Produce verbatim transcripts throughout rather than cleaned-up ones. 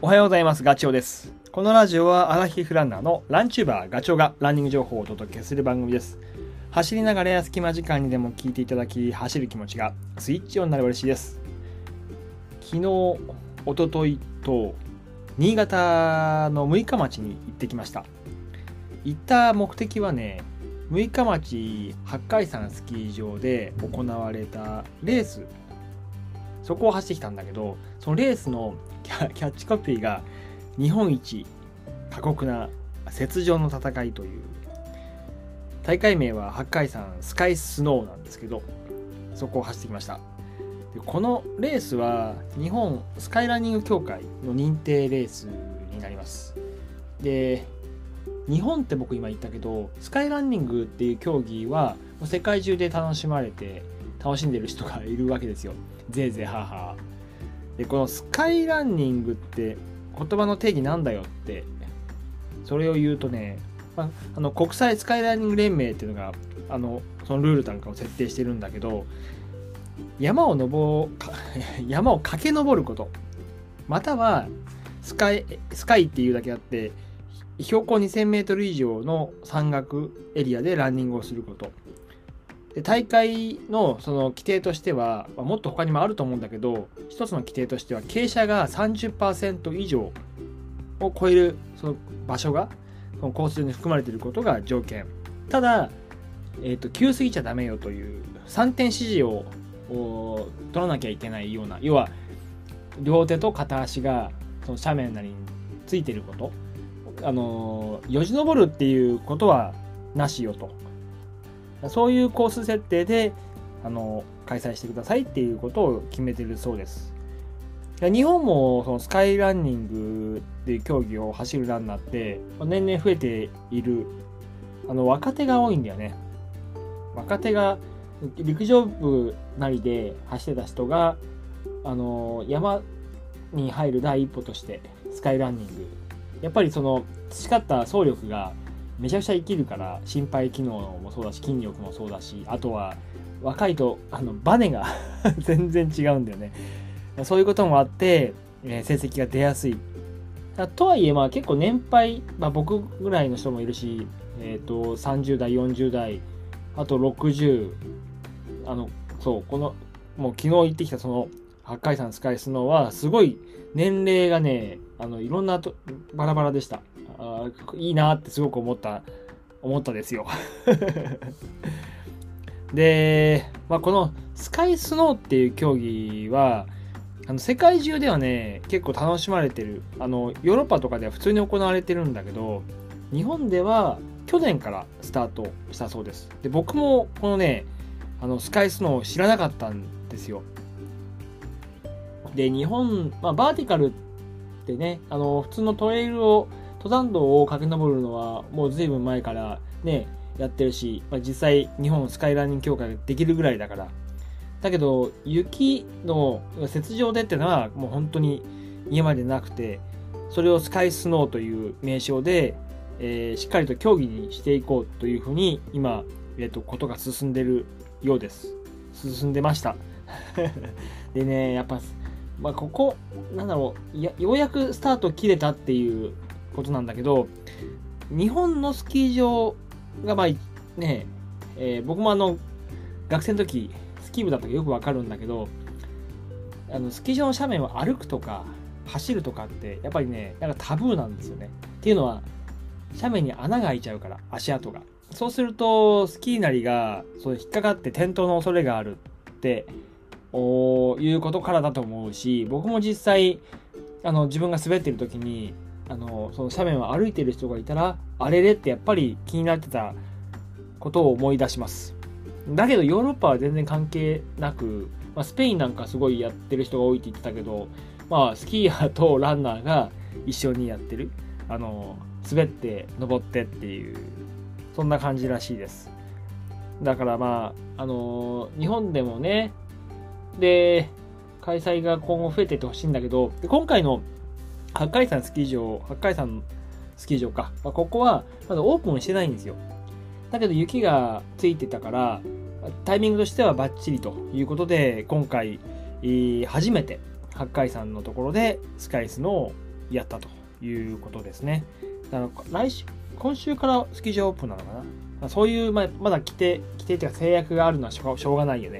おはようございます。ガチョウです。このラジオはアラヒフランナーのランチューバーガチョウがランニング情報をお届けする番組です。走りながらや隙間時間にでも聞いていただき、走る気持ちがスイッチオンになれば嬉しいです。昨日、一昨日と新潟の六日町に行ってきました。行った目的はね、六日町八海山スキー場で行われたレース、そこを走ってきたんだけど、そのレースのキャッチコピーが日本一過酷な雪上の戦いという、大会名は八海山スカイスノーなんですけど、そこを走ってきました。でこのレースは日本スカイランニング協会の認定レースになります。で日本って僕今言ったけど、スカイランニングっていう競技は世界中で楽しまれて楽しんでる人がいるわけですよ。ぜいぜいははでこのスカイランニングって言葉の定義なんだよって、それを言うとね、まあ、あの国際スカイランニング連盟っていうのがあのそのルールなんかを設定してるんだけど、山を登山を駆け上ること、またはスカイスカイっていうだけあって標高にせんメートル以上の山岳エリアでランニングをすることで、大会のその規定としては、まあ、もっと他にもあると思うんだけど、一つの規定としては傾斜が さんじゅっパーセント 以上を超えるその場所がそのコース上に含まれていることが条件。ただ、えーと、急すぎちゃダメよというさんてん指示を取らなきゃいけないような、要は両手と片足がその斜面なりについていること、あのよじ登るっていうことはなしよと、そういうコース設定であの開催してくださいっていうことを決めているそうです。日本もそのスカイランニングっていう競技を走るランナーって年々増えている。あの若手が多いんだよね。若手が陸上部なりで走ってた人があの山に入る第一歩としてスカイランニング、やっぱりその培った走力がめちゃくちゃ生きるから、心肺機能もそうだし筋力もそうだし、あとは若いとあのバネが全然違うんだよね。そういうこともあって、えー、成績が出やすい。とはいえまあ結構年配、まあ、僕ぐらいの人もいるし、えー、とさんじゅう代よんじゅう代あとろくじゅう、あのそうこのもう昨日行ってきたその八海山スカイスノーはすごい年齢がね、あのいろんなとバラバラでした。あいいなってすごく思った思ったですよで、まあ、このスカイスノーっていう競技はあの世界中ではね結構楽しまれてる。あのヨーロッパとかでは普通に行われてるんだけど、日本では去年からスタートしたそうです。で僕もこのねあのスカイスノー知らなかったんですよ。で日本、まあ、バーティカルってね、あの普通のトレイルを登山道を駆け上るのはもうずいぶん前からねやってるし、まあ、実際日本スカイランニング協会ができるぐらいだから。だけど雪の雪上でってのはもう本当に今までなくて、それをスカイスノーという名称で、えー、しっかりと競技にしていこうというふうに今、えーと、ことが進んでるようです。進んでましたでね、やっぱ、まあ、ここなんだろう、やようやくスタート切れたっていうことなんだけど、日本のスキー場がまあね、えー、僕もあの学生の時スキー部だったからよくわかるんだけど、あのスキー場の斜面を歩くとか走るとかってやっぱりねなんかタブーなんですよね。っていうのは斜面に穴が開いちゃうから、足跡が。そうするとスキーなりがそう引っかかって転倒の恐れがあるっていうことからだと思うし、僕も実際あの自分が滑ってる時にあのその斜面を歩いてる人がいたらあれれってやっぱり気になってたことを思い出します。だけどヨーロッパは全然関係なく、まあ、スペインなんかすごいやってる人が多いって言ってたけど、まあスキーヤーとランナーが一緒にやってる、あの滑って登ってっていうそんな感じらしいです。だからまああの日本でもねで開催が今後増えていってほしいんだけど、今回の八海山スキー場八海山スキー場か、まあ、ここはまだオープンしてないんですよ。だけど雪がついてたからタイミングとしてはバッチリということで、今回初めて八海山のところでスカイスノやったということですね。だから来週今週からスキー場オープンなのかな。そういう、まあ、まだ規定規定というか制約があるのはしょうしょうがないよね。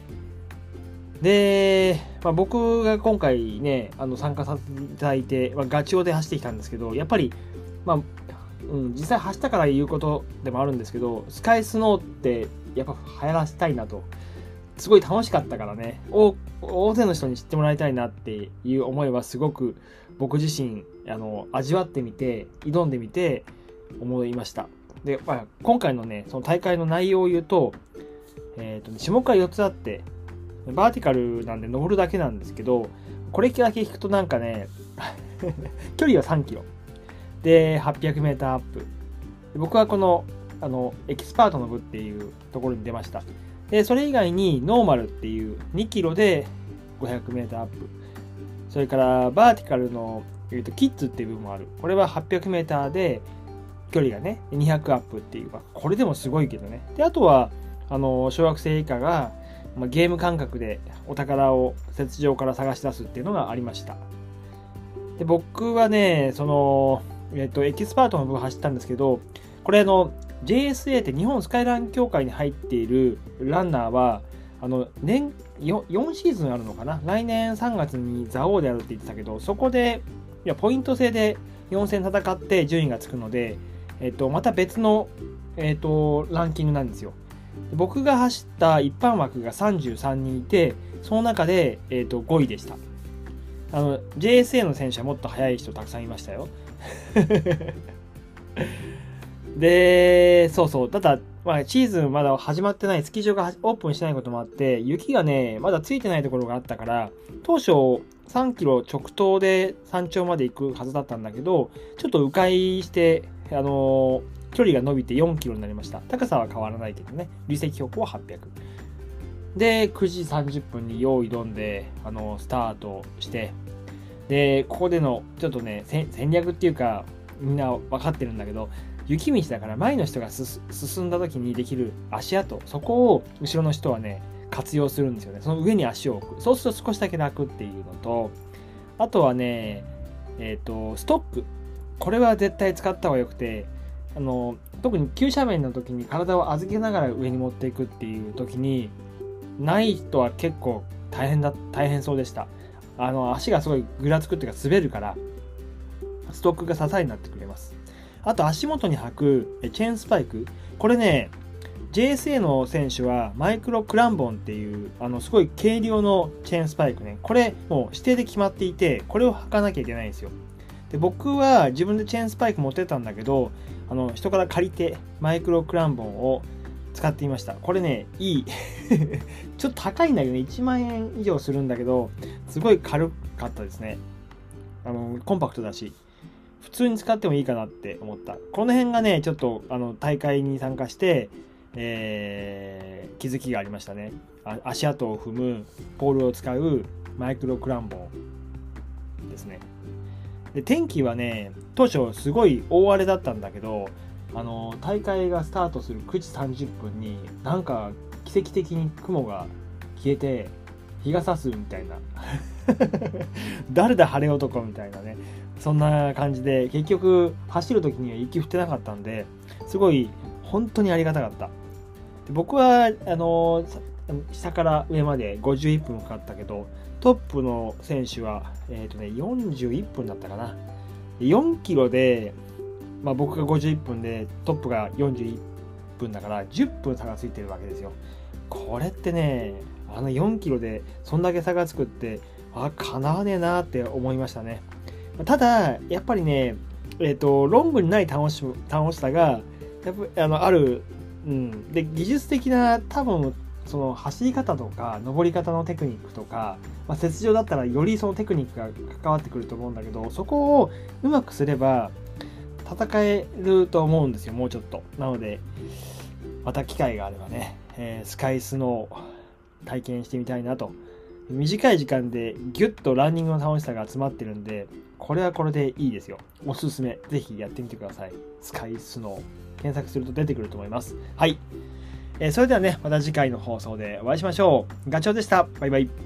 で、まあ、僕が今回ねあの参加させていただいて、まあ、ガチオで走ってきたんですけど、やっぱり、まあうん、実際走ったから言うことでもあるんですけど、スカイスノーってやっぱ流行らせたいなと、すごい楽しかったからね、大勢の人に知ってもらいたいなっていう思いはすごく僕自身あの味わってみて挑んでみて思いました。で、まあ、今回のねその大会の内容を言うと、えーとね、種目がよっつあって、バーティカルなんで登るだけなんですけど、これだけ聞くとなんかね距離はさんキロで はっぴゃくメーター アップ。僕はこのあのエキスパートの部っていうところに出ました。でそれ以外にノーマルっていうにキロで ごひゃくメーター アップ、それからバーティカルの、えー、とキッズっていう部分もある。これは はっぴゃくメーター で距離がねにひゃくアップっていう、これでもすごいけどね。であとはあの小学生以下が、まあ、ゲーム感覚でお宝を雪上から探し出すっていうのがありました。で僕はねその、えー、とエキスパートの部分走ったんですけど、これの ジェイエスエー って日本スカイラン協会に入っているランナーはあの年 4, 4シーズンあるのかな。来年さんがつに蔵王でやるって言ってたけど、そこでいやポイント制でよん戦戦って順位がつくので、えっと、また別の、えっと、ランキングなんですよ。僕が走った一般枠がさんじゅうさんにんいて、その中で、えっと、ごいでした。あの ジェイエスエー の選手はもっと速い人たくさんいましたよ。で、そうそう。ただ、まあ、シーズンまだ始まってない、スキー場がオープンしてないこともあって、雪がね、まだついてないところがあったから、当初さんキロ直投で山頂まで行くはずだったんだけど、ちょっと迂回して、あのー、距離が伸びてよんキロになりました。高さは変わらないけどね。累積標高ははっぴゃく。で、くじさんじゅっぷんに用意どんで、あのー、スタートして、で、ここでの、ちょっとね、戦略っていうか、みんな分かってるんだけど、雪道だから前の人が進んだ時にできる足跡、そこを後ろの人はね活用するんですよね。その上に足を置く。そうすると少しだけ楽っていうのと、あとはねえっとストック、これは絶対使った方がよくて、あの特に急斜面の時に体を預けながら上に持っていくっていう時にない人は結構大変だ大変そうでした。あの足がすごいぐらつくっていうか滑るから、ストックが支えになってくれます。あと足元に履くチェーンスパイク、これね ジェイエスエー の選手はマイクロクランボンっていうあのすごい軽量のチェーンスパイクね、これもう指定で決まっていて、これを履かなきゃいけないんですよ。で僕は自分でチェーンスパイク持ってたんだけど、あの人から借りてマイクロクランボンを使っていました。これねいいちょっと高いんだけどね、いちまんえん以上するんだけど、すごい軽かったですね。あのコンパクトだし普通に使ってもいいかなって思った。この辺がねちょっとあの大会に参加して、えー、気づきがありましたね。あ足跡を踏むポールを使うマイクロクランボンですね。で天気はね当初すごい大荒れだったんだけど、あの大会がスタートするくじさんじゅっぷんになんか奇跡的に雲が消えて日が差すみたいな誰だ晴れ男みたいなね、そんな感じで結局走る時には雪降ってなかったんで、すごい本当にありがたかった。で僕はあの下から上までごじゅういっぷんかかったけど、トップの選手は、えーとね、よんじゅういっぷんだったかな。よんキロで、まあ、僕がごじゅういっぷんでトップがよんじゅういっぷんだからじゅっぷん差がついてるわけですよ。これってねあのよんキロでそんだけ差がつくってあかなわねえなって思いましたね。ただやっぱりね、えーと、ロングにない楽し楽しさがやっぱあのある、うん、で技術的な多分その走り方とか登り方のテクニックとか、まあ、雪上だったらよりそのテクニックが関わってくると思うんだけど、そこをうまくすれば戦えると思うんですよ、もうちょっと。なのでまた機会があればね、えー、スカイスノー体験してみたいなと。短い時間でギュッとランニングの楽しさが集まってるんで、これはこれでいいですよ。おすすめ。ぜひやってみてください。スカイスノー検索すると出てくると思います。はい、えー、それではねまた次回の放送でお会いしましょう。ガチョウでした。バイバイ。